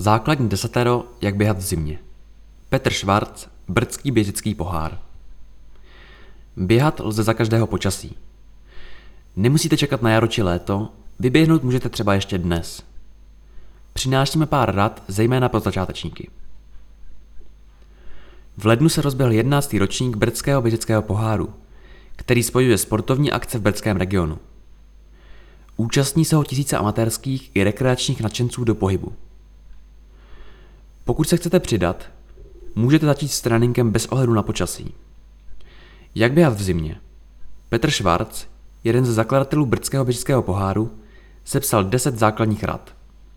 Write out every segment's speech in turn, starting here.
Základní desatero, jak běhat v zimě. Petr Schwarz, Brdský běžecký pohár. Běhat lze za každého počasí. Nemusíte čekat na jaro či léto, vyběhnout můžete třeba ještě dnes. Přinášíme pár rad, zejména pro začátečníky. V lednu se rozběhl 11. ročník Brdského běžeckého poháru, který spojuje sportovní akce v brdském regionu. Účastní se ho tisíce amatérských i rekreačních nadšenců do pohybu. Pokud se chcete přidat, můžete začít s tréninkem bez ohledu na počasí. Jak běhat v zimě? Petr Schwarz, jeden ze zakladatelů Brdského běžeckého poháru, sepsal 10 základních rad.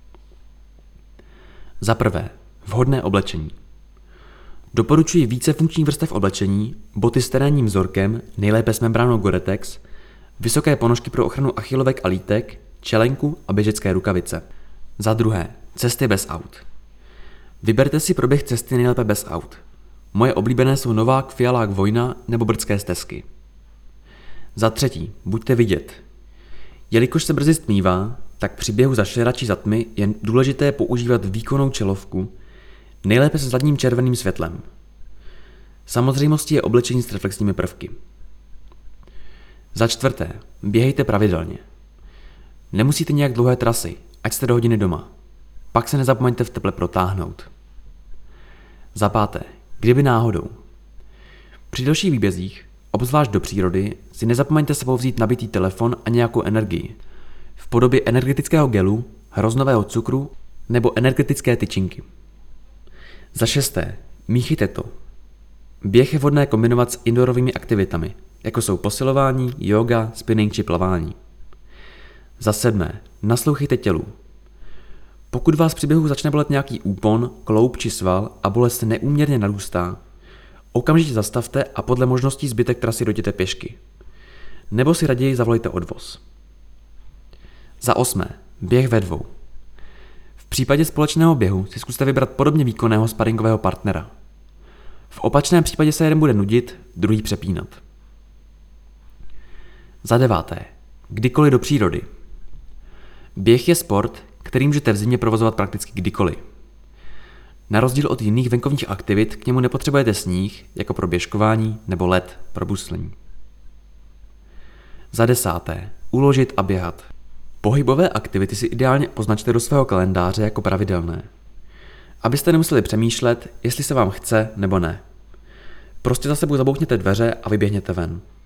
Za prvé, vhodné oblečení. Doporučuji více funkčních vrstev oblečení, boty s terénním vzorkem, nejlépe s membránou Gore-Tex, vysoké ponožky pro ochranu achilovek a lítek, čelenku a běžecké rukavice. Za druhé, cesty bez aut. Vyberte si proběh cesty nejlépe bez aut. Moje oblíbené jsou Novák, Fialák, Vojna nebo Brdské stezky. Za třetí, buďte vidět. Jelikož se brzy stmívá, tak při běhu za šera či za tmy je důležité používat výkonnou čelovku, nejlépe se zadním červeným světlem. Samozřejmostí je oblečení s reflexními prvky. Za čtvrté, běhejte pravidelně. Nemusíte nějak dlouhé trasy, ať jste do hodiny doma. Pak se nezapomeňte v teple protáhnout. Za páté, kdyby náhodou. Při dalších výbězích, obzvlášť do přírody, si nezapomeňte sebou vzít nabitý telefon a nějakou energii. V podobě energetického gelu, hroznového cukru nebo energetické tyčinky. Za šesté, míchejte to. Běh je vhodné kombinovat s indoorovými aktivitami, jako jsou posilování, yoga, spinning či plavání. Za sedmé, naslouchejte tělu. Pokud vás při běhu začne bolet nějaký úpon, kloub či sval a bolest neúměrně narůstá, okamžitě zastavte a podle možností zbytek trasy dojděte pěšky. Nebo si raději zavolejte odvoz. Za osmé, běh ve dvou. V případě společného běhu si zkuste vybrat podobně výkonného sparingového partnera. V opačném případě se jeden bude nudit, druhý přepínat. Za deváté, kdykoliv do přírody. Běh je sport, který můžete v zimě provozovat prakticky kdykoliv. Na rozdíl od jiných venkovních aktivit k němu nepotřebujete sníh, jako pro běžkování, nebo led pro bruslení. Za desáté, uložit a běhat. Pohybové aktivity si ideálně označte do svého kalendáře jako pravidelné. Abyste nemuseli přemýšlet, jestli se vám chce nebo ne. Prostě za sebou zabouchněte dveře a vyběhněte ven.